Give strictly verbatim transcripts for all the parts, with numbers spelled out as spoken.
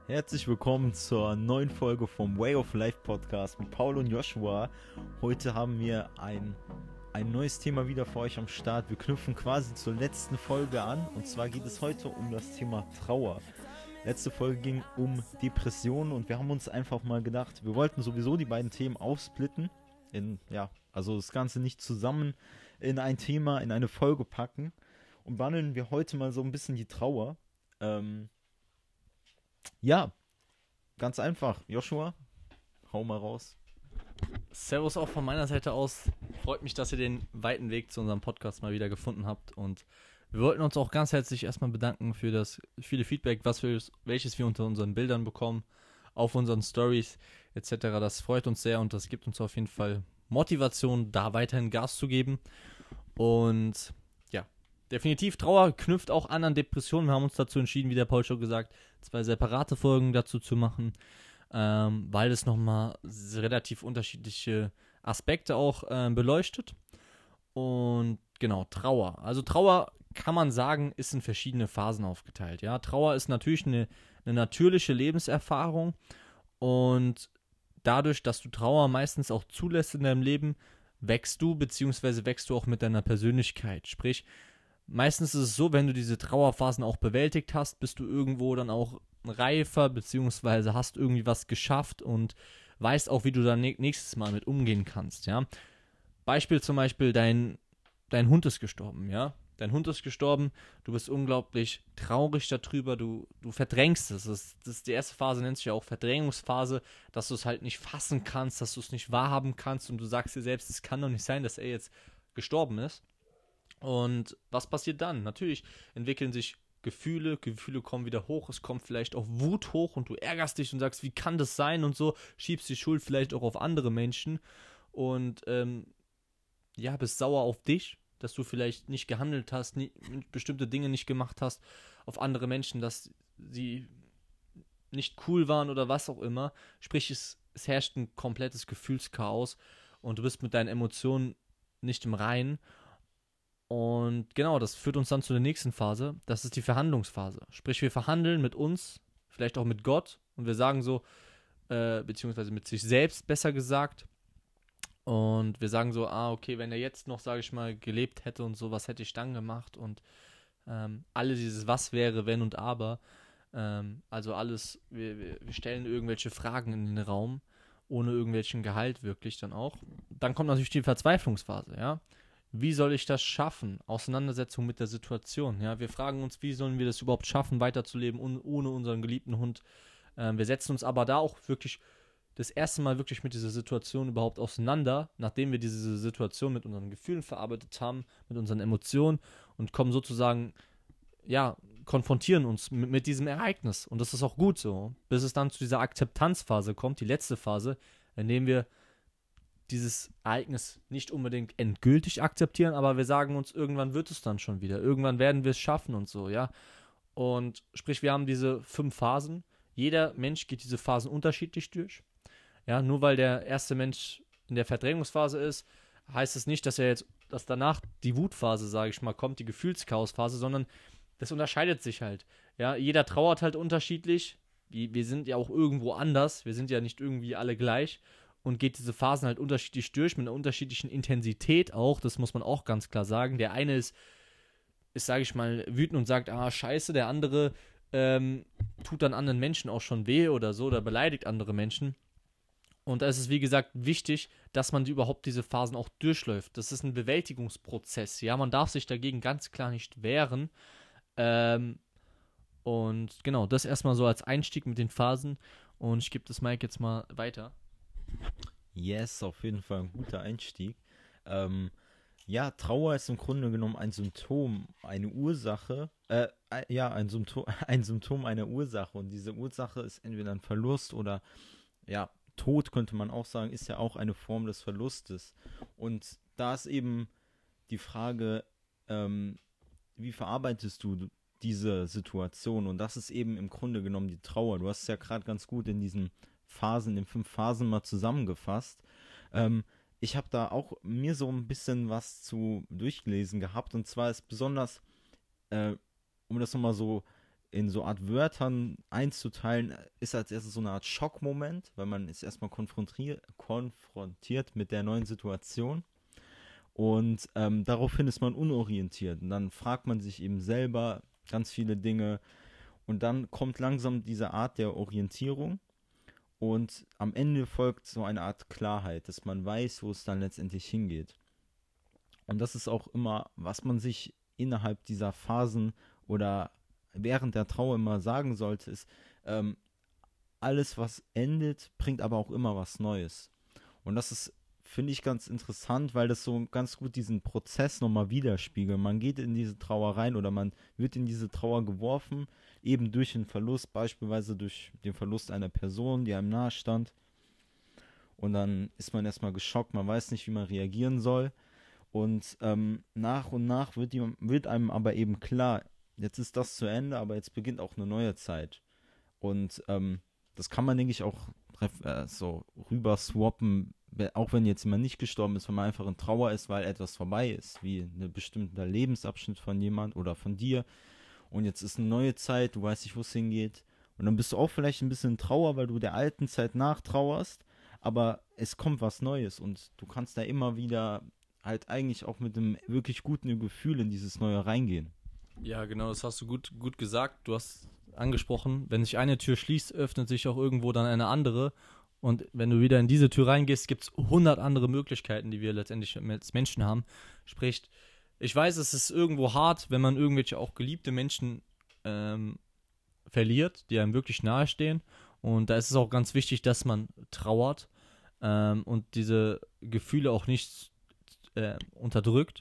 Herzlich willkommen zur neuen Folge vom Way of Life Podcast mit Paul und Joshua. Heute haben wir ein, ein neues Thema wieder für euch am Start. Wir knüpfen quasi zur letzten Folge an, und zwar geht es heute um das Thema Trauer. Letzte Folge ging um Depressionen und wir haben uns einfach mal gedacht, wir wollten sowieso die beiden Themen aufsplitten, in, ja, also das Ganze nicht zusammen in ein Thema, in eine Folge packen, und behandeln wir heute mal so ein bisschen die Trauer. Ähm, Ja, ganz einfach. Joshua, hau mal raus. Servus auch von meiner Seite aus. Freut mich, dass ihr den weiten Weg zu unserem Podcast mal wieder gefunden habt. Und wir wollten uns auch ganz herzlich erstmal bedanken für das viele Feedback, was wir, welches wir unter unseren Bildern bekommen, auf unseren Stories et cetera. Das freut uns sehr und das gibt uns auf jeden Fall Motivation, da weiterhin Gas zu geben. Und ja, definitiv, Trauer knüpft auch an an Depressionen. Wir haben uns dazu entschieden, wie der Paul schon gesagt, zwei separate Folgen dazu zu machen, ähm, weil es nochmal relativ unterschiedliche Aspekte auch äh, beleuchtet. Und genau, Trauer. Also Trauer, kann man sagen, ist in verschiedene Phasen aufgeteilt. Ja? Trauer ist natürlich eine, eine natürliche Lebenserfahrung, und dadurch, dass du Trauer meistens auch zulässt in deinem Leben, wächst du, beziehungsweise wächst du auch mit deiner Persönlichkeit. Sprich, meistens ist es so, wenn du diese Trauerphasen auch bewältigt hast, bist du irgendwo dann auch reifer, beziehungsweise hast irgendwie was geschafft und weißt auch, wie du dann nächstes Mal mit umgehen kannst, ja. Beispiel zum Beispiel, dein, dein Hund ist gestorben, ja. Dein Hund ist gestorben, du bist unglaublich traurig darüber, du, du verdrängst es. Das ist, das ist die erste Phase, nennt sich ja auch Verdrängungsphase, dass du es halt nicht fassen kannst, dass du es nicht wahrhaben kannst und du sagst dir selbst, es kann doch nicht sein, dass er jetzt gestorben ist. Und was passiert dann? Natürlich entwickeln sich Gefühle, Gefühle kommen wieder hoch, es kommt vielleicht auch Wut hoch und du ärgerst dich und sagst, wie kann das sein und so, schiebst die Schuld vielleicht auch auf andere Menschen und ähm, ja, bist sauer auf dich, dass du vielleicht nicht gehandelt hast, nie, bestimmte Dinge nicht gemacht hast, auf andere Menschen, dass sie nicht cool waren oder was auch immer. Sprich, es, es herrscht ein komplettes Gefühlschaos und du bist mit deinen Emotionen nicht im Reinen. Und genau, das führt uns dann zu der nächsten Phase. Das ist die Verhandlungsphase. Sprich, wir verhandeln mit uns, vielleicht auch mit Gott, und wir sagen so, äh, beziehungsweise mit sich selbst, besser gesagt. Und wir sagen so, ah, okay, wenn er jetzt noch, sage ich mal, gelebt hätte und so, was hätte ich dann gemacht? Und ähm, alle dieses Was wäre, wenn und aber. Ähm, also alles, wir, wir stellen irgendwelche Fragen in den Raum, ohne irgendwelchen Gehalt wirklich dann auch. Dann kommt natürlich die Verzweiflungsphase, ja. Wie soll ich das schaffen? Auseinandersetzung mit der Situation. Ja, wir fragen uns, wie sollen wir das überhaupt schaffen, weiterzuleben un- ohne unseren geliebten Hund. Ähm, wir setzen uns aber da auch wirklich das erste Mal wirklich mit dieser Situation überhaupt auseinander, nachdem wir diese Situation mit unseren Gefühlen verarbeitet haben, mit unseren Emotionen, und kommen sozusagen, ja, konfrontieren uns mit, mit diesem Ereignis. Und das ist auch gut so, bis es dann zu dieser Akzeptanzphase kommt, die letzte Phase, in dem wir dieses Ereignis nicht unbedingt endgültig akzeptieren, aber wir sagen uns, irgendwann wird es dann schon wieder. Irgendwann werden wir es schaffen und so, ja. Und sprich, wir haben diese fünf Phasen. Jeder Mensch geht diese Phasen unterschiedlich durch. Ja, nur weil der erste Mensch in der Verdrängungsphase ist, heißt es nicht, dass er jetzt, dass danach die Wutphase, sage ich mal, kommt, die Gefühlschaosphase, sondern das unterscheidet sich halt. Ja, jeder trauert halt unterschiedlich. Wir, wir sind ja auch irgendwo anders. Wir sind ja nicht irgendwie alle gleich. Und geht diese Phasen halt unterschiedlich durch, mit einer unterschiedlichen Intensität auch, das muss man auch ganz klar sagen. Der eine ist, ist sage ich mal, wütend und sagt, ah, scheiße, der andere ähm, tut dann anderen Menschen auch schon weh oder so, oder beleidigt andere Menschen. Und da ist es, wie gesagt, wichtig, dass man die überhaupt diese Phasen auch durchläuft. Das ist ein Bewältigungsprozess, ja, man darf sich dagegen ganz klar nicht wehren. Ähm, und genau, das erstmal so als Einstieg mit den Phasen, und ich gebe das Mike jetzt mal weiter. Yes, auf jeden Fall ein guter Einstieg. Ähm, ja, Trauer ist im Grunde genommen ein Symptom, eine Ursache, äh, äh, ja, ein Symptom, ein Symptom einer Ursache. Und diese Ursache ist entweder ein Verlust oder, ja, Tod könnte man auch sagen, ist ja auch eine Form des Verlustes. Und da ist eben die Frage, ähm, wie verarbeitest du diese Situation? Und das ist eben im Grunde genommen die Trauer. Du hast es ja gerade ganz gut in diesen Phasen, in fünf Phasen mal zusammengefasst. Ähm, ich habe da auch mir so ein bisschen was zu durchgelesen gehabt, und zwar ist besonders, äh, um das nochmal so in so Art Wörtern einzuteilen, ist als erstes so eine Art Schockmoment, weil man ist erstmal konfrontiert, konfrontiert mit der neuen Situation. Und ähm, daraufhin ist man unorientiert. Und dann fragt man sich eben selber ganz viele Dinge. Und dann kommt langsam diese Art der Orientierung. Und am Ende folgt so eine Art Klarheit, dass man weiß, wo es dann letztendlich hingeht. Und das ist auch immer, was man sich innerhalb dieser Phasen oder während der Trauer immer sagen sollte, ist, ähm, alles, was endet, bringt aber auch immer was Neues. Und das ist, finde ich, ganz interessant, weil das so ganz gut diesen Prozess nochmal widerspiegelt. Man geht in diese Trauer rein oder man wird in diese Trauer geworfen, eben durch den Verlust, beispielsweise durch den Verlust einer Person, die einem nahe stand. Und dann ist man erstmal geschockt, man weiß nicht, wie man reagieren soll. Und ähm, nach und nach wird, die, wird einem aber eben klar, jetzt ist das zu Ende, aber jetzt beginnt auch eine neue Zeit. Und ähm, das kann man, denke ich, auch äh, so rüber swappen, auch wenn jetzt jemand nicht gestorben ist, wenn man einfach in Trauer ist, weil etwas vorbei ist, wie ein bestimmter Lebensabschnitt von jemand oder von dir. Und jetzt ist eine neue Zeit, du weißt nicht, wo es hingeht. Und dann bist du auch vielleicht ein bisschen in Trauer, weil du der alten Zeit nachtrauerst, aber es kommt was Neues und du kannst da immer wieder halt eigentlich auch mit einem wirklich guten Gefühl in dieses Neue reingehen. Ja, genau, das hast du gut, gut gesagt. Du hast angesprochen, wenn sich eine Tür schließt, öffnet sich auch irgendwo dann eine andere. Und wenn du wieder in diese Tür reingehst, gibt es hundert andere Möglichkeiten, die wir letztendlich als Menschen haben. Sprich, ich weiß, es ist irgendwo hart, wenn man irgendwelche auch geliebte Menschen ähm, verliert, die einem wirklich nahestehen. Und da ist es auch ganz wichtig, dass man trauert ähm, und diese Gefühle auch nicht äh, unterdrückt.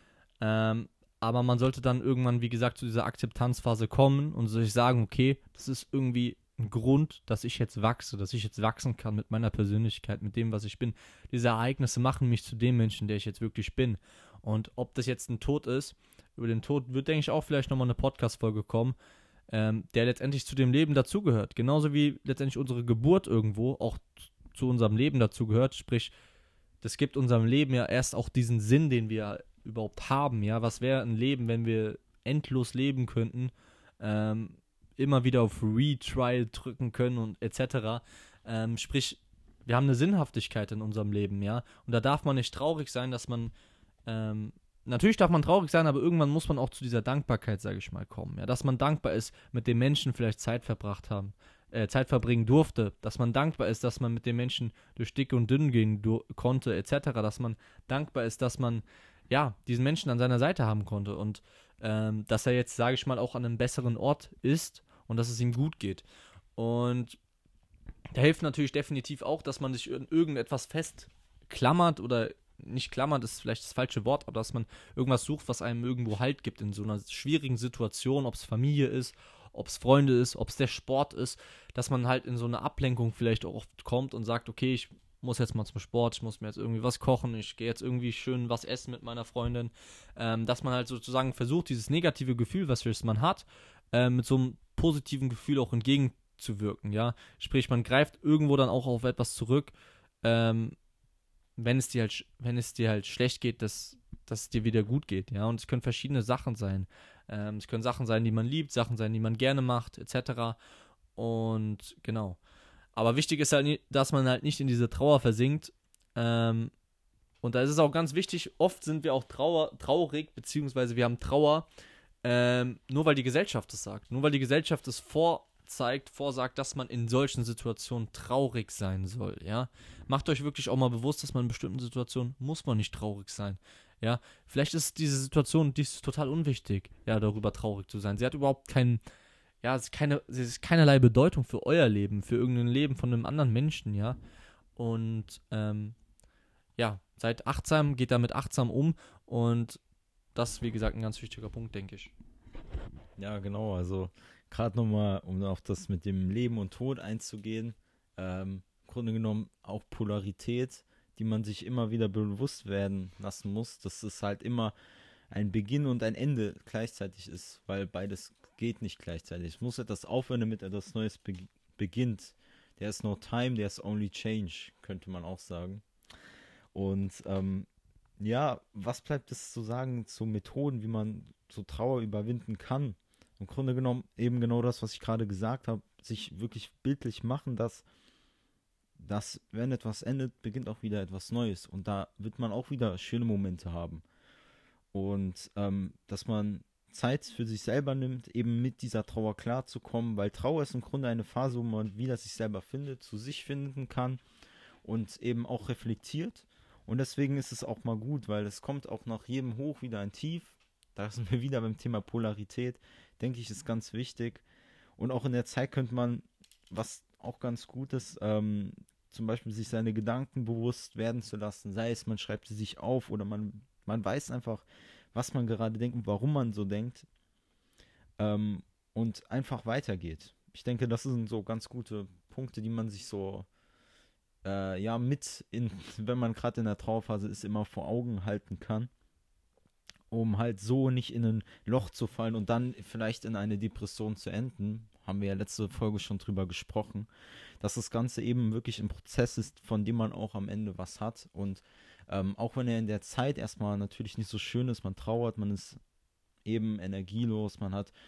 Ähm, aber man sollte dann irgendwann, wie gesagt, zu dieser Akzeptanzphase kommen und sich sagen, okay, das ist irgendwie ein Grund, dass ich jetzt wachse, dass ich jetzt wachsen kann mit meiner Persönlichkeit, mit dem, was ich bin. Diese Ereignisse machen mich zu dem Menschen, der ich jetzt wirklich bin. Und ob das jetzt ein Tod ist, über den Tod wird, denke ich, auch vielleicht nochmal eine Podcast-Folge kommen, ähm, der letztendlich zu dem Leben dazugehört. Genauso wie letztendlich unsere Geburt irgendwo auch zu unserem Leben dazugehört. Sprich, das gibt unserem Leben ja erst auch diesen Sinn, den wir überhaupt haben. Ja, was wäre ein Leben, wenn wir endlos leben könnten, ähm, immer wieder auf Retry drücken können und et cetera. Ähm, sprich, wir haben eine Sinnhaftigkeit in unserem Leben, ja. Und da darf man nicht traurig sein, dass man, ähm, natürlich darf man traurig sein, aber irgendwann muss man auch zu dieser Dankbarkeit, sage ich mal, kommen, ja. Dass man dankbar ist, mit den Menschen vielleicht Zeit verbracht haben, äh, Zeit verbringen durfte, dass man dankbar ist, dass man mit den Menschen durch dick und dünn gehen du- konnte, et cetera. Dass man dankbar ist, dass man, ja, diesen Menschen an seiner Seite haben konnte und ähm, dass er jetzt, sage ich mal, auch an einem besseren Ort ist und dass es ihm gut geht. Und da hilft natürlich definitiv auch, dass man sich in irgendetwas festklammert oder nicht klammert, ist vielleicht das falsche Wort, aber dass man irgendwas sucht, was einem irgendwo Halt gibt in so einer schwierigen Situation, ob es Familie ist, ob es Freunde ist, ob es der Sport ist, dass man halt in so eine Ablenkung vielleicht auch oft kommt und sagt, okay, ich muss jetzt mal zum Sport, ich muss mir jetzt irgendwie was kochen, ich gehe jetzt irgendwie schön was essen mit meiner Freundin, ähm, dass man halt sozusagen versucht, dieses negative Gefühl, was man hat, äh, mit so einem positiven Gefühl auch entgegenzuwirken, ja, sprich, man greift irgendwo dann auch auf etwas zurück, ähm, wenn es dir halt, wenn es dir halt schlecht geht, dass, dass es dir wieder gut geht, ja, und es können verschiedene Sachen sein, ähm, es können Sachen sein, die man liebt, Sachen sein, die man gerne macht, et cetera. Und genau. Aber wichtig ist halt, dass man halt nicht in diese Trauer versinkt. Ähm, und da ist es auch ganz wichtig, oft sind wir auch trauer, traurig, beziehungsweise wir haben Trauer, ähm, nur weil die Gesellschaft es sagt. Nur weil die Gesellschaft es vorzeigt, vorsagt, dass man in solchen Situationen traurig sein soll, ja. Macht euch wirklich auch mal bewusst, dass man in bestimmten Situationen muss man nicht traurig sein, ja. Vielleicht ist diese Situation, die ist total unwichtig, ja, darüber traurig zu sein. Sie hat überhaupt keinen, ja, es ist, keine, es ist keinerlei Bedeutung für euer Leben, für irgendein Leben von einem anderen Menschen, ja. Und, ähm, ja, seid achtsam, geht damit achtsam um und das ist, wie gesagt, ein ganz wichtiger Punkt, denke ich. Ja, genau, also gerade nochmal, um auf das mit dem Leben und Tod einzugehen, ähm, im Grunde genommen auch Polarität, die man sich immer wieder bewusst werden lassen muss, dass es halt immer ein Beginn und ein Ende gleichzeitig ist, weil beides geht nicht gleichzeitig. Es muss etwas aufhören, damit etwas Neues be- beginnt. There's no time, there's only change, könnte man auch sagen. Und ähm, ja, was bleibt es zu sagen zu Methoden, wie man so Trauer überwinden kann? im Grunde genommen eben genau das, was ich gerade gesagt habe, sich wirklich bildlich machen, dass, dass wenn etwas endet, beginnt auch wieder etwas Neues. Und da wird man auch wieder schöne Momente haben. Und ähm, dass man Zeit für sich selber nimmt, eben mit dieser Trauer klarzukommen, weil Trauer ist im Grunde eine Phase, wo man wieder sich selber findet, zu sich finden kann und eben auch reflektiert. Und deswegen ist es auch mal gut, weil es kommt auch nach jedem Hoch wieder ein Tief. Da sind wir wieder beim Thema Polarität, denke ich, ist ganz wichtig. Und auch in der Zeit könnte man, was auch ganz gut ist, ähm, zum Beispiel sich seine Gedanken bewusst werden zu lassen, sei es, man schreibt sie sich auf oder man, man weiß einfach, was man gerade denkt und warum man so denkt, ähm, und einfach weitergeht. Ich denke, das sind so ganz gute Punkte, die man sich so, äh, ja, mit, in, wenn man gerade in der Trauerphase ist, immer vor Augen halten kann, um halt so nicht in ein Loch zu fallen und dann vielleicht in eine Depression zu enden. Haben wir ja letzte Folge schon drüber gesprochen, dass das Ganze eben wirklich ein Prozess ist, von dem man auch am Ende was hat. Und ähm, auch wenn er in der Zeit erstmal natürlich nicht so schön ist, man trauert, man ist eben energielos, man hat,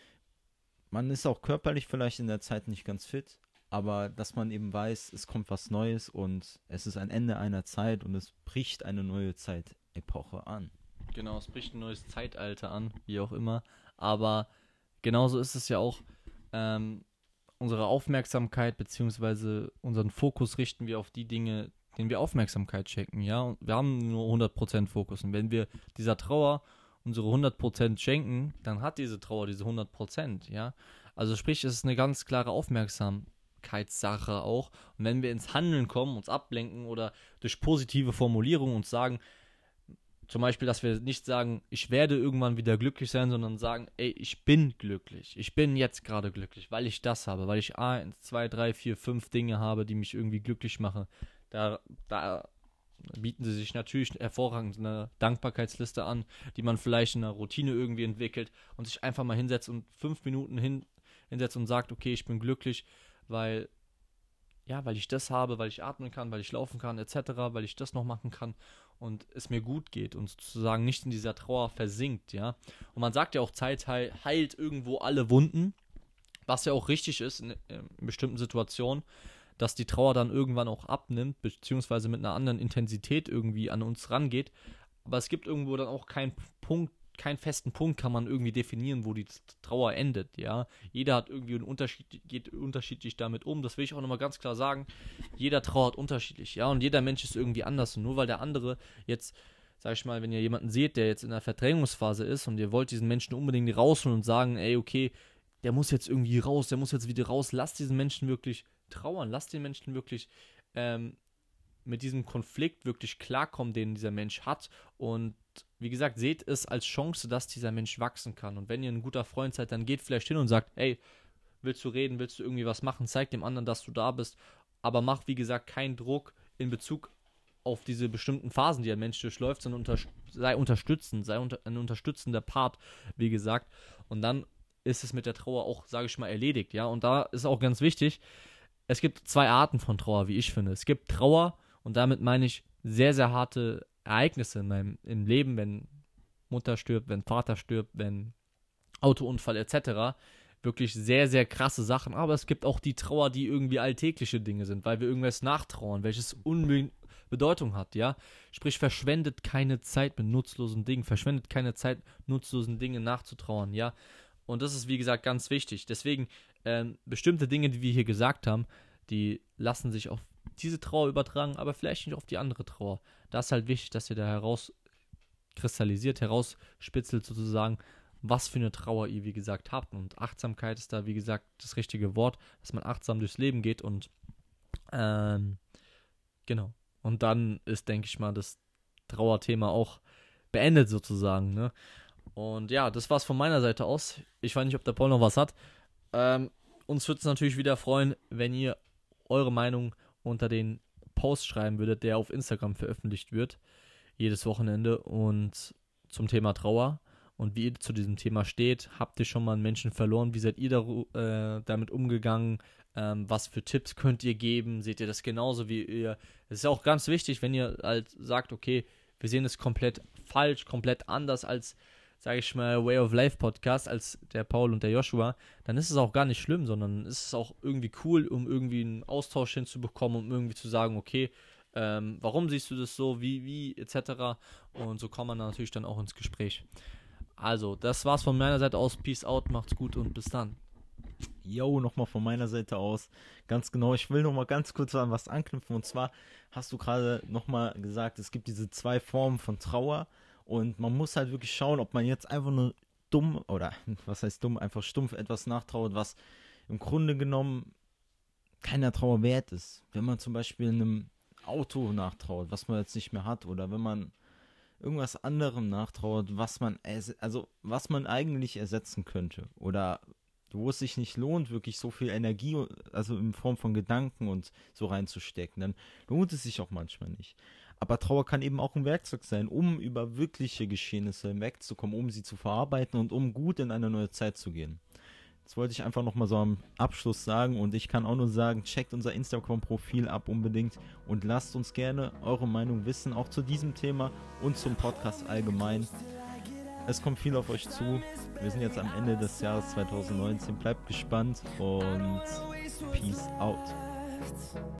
man ist auch körperlich vielleicht in der Zeit nicht ganz fit, aber dass man eben weiß, es kommt was Neues und es ist ein Ende einer Zeit und es bricht eine neue Zeitepoche an. Genau, es bricht ein neues Zeitalter an, wie auch immer. Aber genauso ist es ja auch, ähm, unsere Aufmerksamkeit bzw. unseren Fokus richten wir auf die Dinge, denen wir Aufmerksamkeit schenken, ja. Und wir haben nur hundert Prozent Fokus. Und wenn wir dieser Trauer unsere hundert Prozent schenken, dann hat diese Trauer diese hundert Prozent, ja. Also sprich, es ist eine ganz klare Aufmerksamkeitssache auch. Und wenn wir ins Handeln kommen, uns ablenken oder durch positive Formulierungen uns sagen, zum Beispiel, dass wir nicht sagen, ich werde irgendwann wieder glücklich sein, sondern sagen, ey, ich bin glücklich. Ich bin jetzt gerade glücklich, weil ich das habe, weil ich eins, zwei, drei, vier, fünf Dinge habe, die mich irgendwie glücklich machen. Da, da bieten sie sich natürlich hervorragend eine Dankbarkeitsliste an, die man vielleicht in einer Routine irgendwie entwickelt und sich einfach mal hinsetzt und fünf Minuten hin, hinsetzt und sagt, okay, ich bin glücklich, weil, ja, weil ich das habe, weil ich atmen kann, weil ich laufen kann, et cetera, weil ich das noch machen kann und es mir gut geht und sozusagen nicht in dieser Trauer versinkt, ja. Und man sagt ja auch, Zeit heilt irgendwo alle Wunden, was ja auch richtig ist in, in bestimmten Situationen, dass die Trauer dann irgendwann auch abnimmt, beziehungsweise mit einer anderen Intensität irgendwie an uns rangeht. Aber es gibt irgendwo dann auch keinen Punkt, keinen festen Punkt kann man irgendwie definieren, wo die Trauer endet, ja. Jeder hat irgendwie einen Unterschied, geht unterschiedlich damit um. Das will ich auch nochmal ganz klar sagen. Jeder trauert unterschiedlich, ja. Und jeder Mensch ist irgendwie anders. Und nur weil der andere jetzt, sag ich mal, wenn ihr jemanden seht, der jetzt in einer Verdrängungsphase ist und ihr wollt diesen Menschen unbedingt rausholen und sagen, ey, okay, der muss jetzt irgendwie raus, der muss jetzt wieder raus, lasst diesen Menschen wirklich trauern, lasst den Menschen wirklich ähm, mit diesem Konflikt wirklich klarkommen, den dieser Mensch hat. Und wie gesagt, seht es als Chance, dass dieser Mensch wachsen kann. Und wenn ihr ein guter Freund seid, dann geht vielleicht hin und sagt, ey, willst du reden, willst du irgendwie was machen, zeig dem anderen, dass du da bist, aber mach, wie gesagt, keinen Druck in Bezug auf diese bestimmten Phasen, die ein Mensch durchläuft, sondern unter, sei unterstützend, sei unter, ein unterstützender Part, wie gesagt. Und dann ist es mit der Trauer auch, sage ich mal, erledigt, ja. Und da ist auch ganz wichtig, es gibt zwei Arten von Trauer, wie ich finde. Es gibt Trauer, und damit meine ich sehr, sehr harte Ereignisse in meinem im Leben, wenn Mutter stirbt, wenn Vater stirbt, wenn Autounfall et cetera. Wirklich sehr, sehr krasse Sachen. Aber es gibt auch die Trauer, die irgendwie alltägliche Dinge sind, weil wir irgendwas nachtrauern, welches Unbe- Bedeutung hat, ja. Sprich, verschwendet keine Zeit mit nutzlosen Dingen, verschwendet keine Zeit, nutzlosen Dingen nachzutrauern, ja. Und das ist, wie gesagt, ganz wichtig. Deswegen, ähm, bestimmte Dinge, die wir hier gesagt haben, die lassen sich auf diese Trauer übertragen, aber vielleicht nicht auf die andere Trauer. Da ist halt wichtig, dass ihr da herauskristallisiert, herausspitzelt sozusagen, was für eine Trauer ihr, wie gesagt, habt. Und Achtsamkeit ist da, wie gesagt, das richtige Wort, dass man achtsam durchs Leben geht und ähm, genau. Und dann ist, denke ich mal, das Trauerthema auch beendet sozusagen, ne? Und ja, das war's von meiner Seite aus. Ich weiß nicht, ob der Paul noch was hat. Ähm, uns würde es natürlich wieder freuen, wenn ihr eure Meinung unter den Post schreiben würdet, der auf Instagram veröffentlicht wird, jedes Wochenende, und zum Thema Trauer und wie ihr zu diesem Thema steht. Habt ihr schon mal einen Menschen verloren? Wie seid ihr da, äh, damit umgegangen? Ähm, was für Tipps könnt ihr geben? Seht ihr das genauso wie ihr? Es ist auch ganz wichtig, wenn ihr halt sagt, okay, wir sehen es komplett falsch, komplett anders als sage ich mal, Way of Life Podcast als der Paul und der Joshua, dann ist es auch gar nicht schlimm, sondern ist es auch irgendwie cool, um irgendwie einen Austausch hinzubekommen, um irgendwie zu sagen, okay, ähm, warum siehst du das so, wie, wie, et cetera. Und so kommt man natürlich dann auch ins Gespräch. Also, das war's von meiner Seite aus. Peace out, macht's gut und bis dann. Yo, nochmal von meiner Seite aus. Ganz genau, ich will nochmal ganz kurz an was anknüpfen. Und zwar hast du gerade nochmal gesagt, es gibt diese zwei Formen von Trauer. Und man muss halt wirklich schauen, ob man jetzt einfach nur dumm, oder was heißt dumm, einfach stumpf etwas nachtrauert, was im Grunde genommen keiner Trauer wert ist. Wenn man zum Beispiel einem Auto nachtrauert, was man jetzt nicht mehr hat, oder wenn man irgendwas anderem nachtrauert, was man, also was man eigentlich ersetzen könnte, oder wo es sich nicht lohnt, wirklich so viel Energie, also in Form von Gedanken und so reinzustecken, dann lohnt es sich auch manchmal nicht. Aber Trauer kann eben auch ein Werkzeug sein, um über wirkliche Geschehnisse hinwegzukommen, um sie zu verarbeiten und um gut in eine neue Zeit zu gehen. Das wollte ich einfach nochmal so am Abschluss sagen, und ich kann auch nur sagen, checkt unser Instagram-Profil ab unbedingt und lasst uns gerne eure Meinung wissen, auch zu diesem Thema und zum Podcast allgemein. Es kommt viel auf euch zu. Wir sind jetzt am Ende des Jahres zwanzig neunzehn. Bleibt gespannt und Peace out.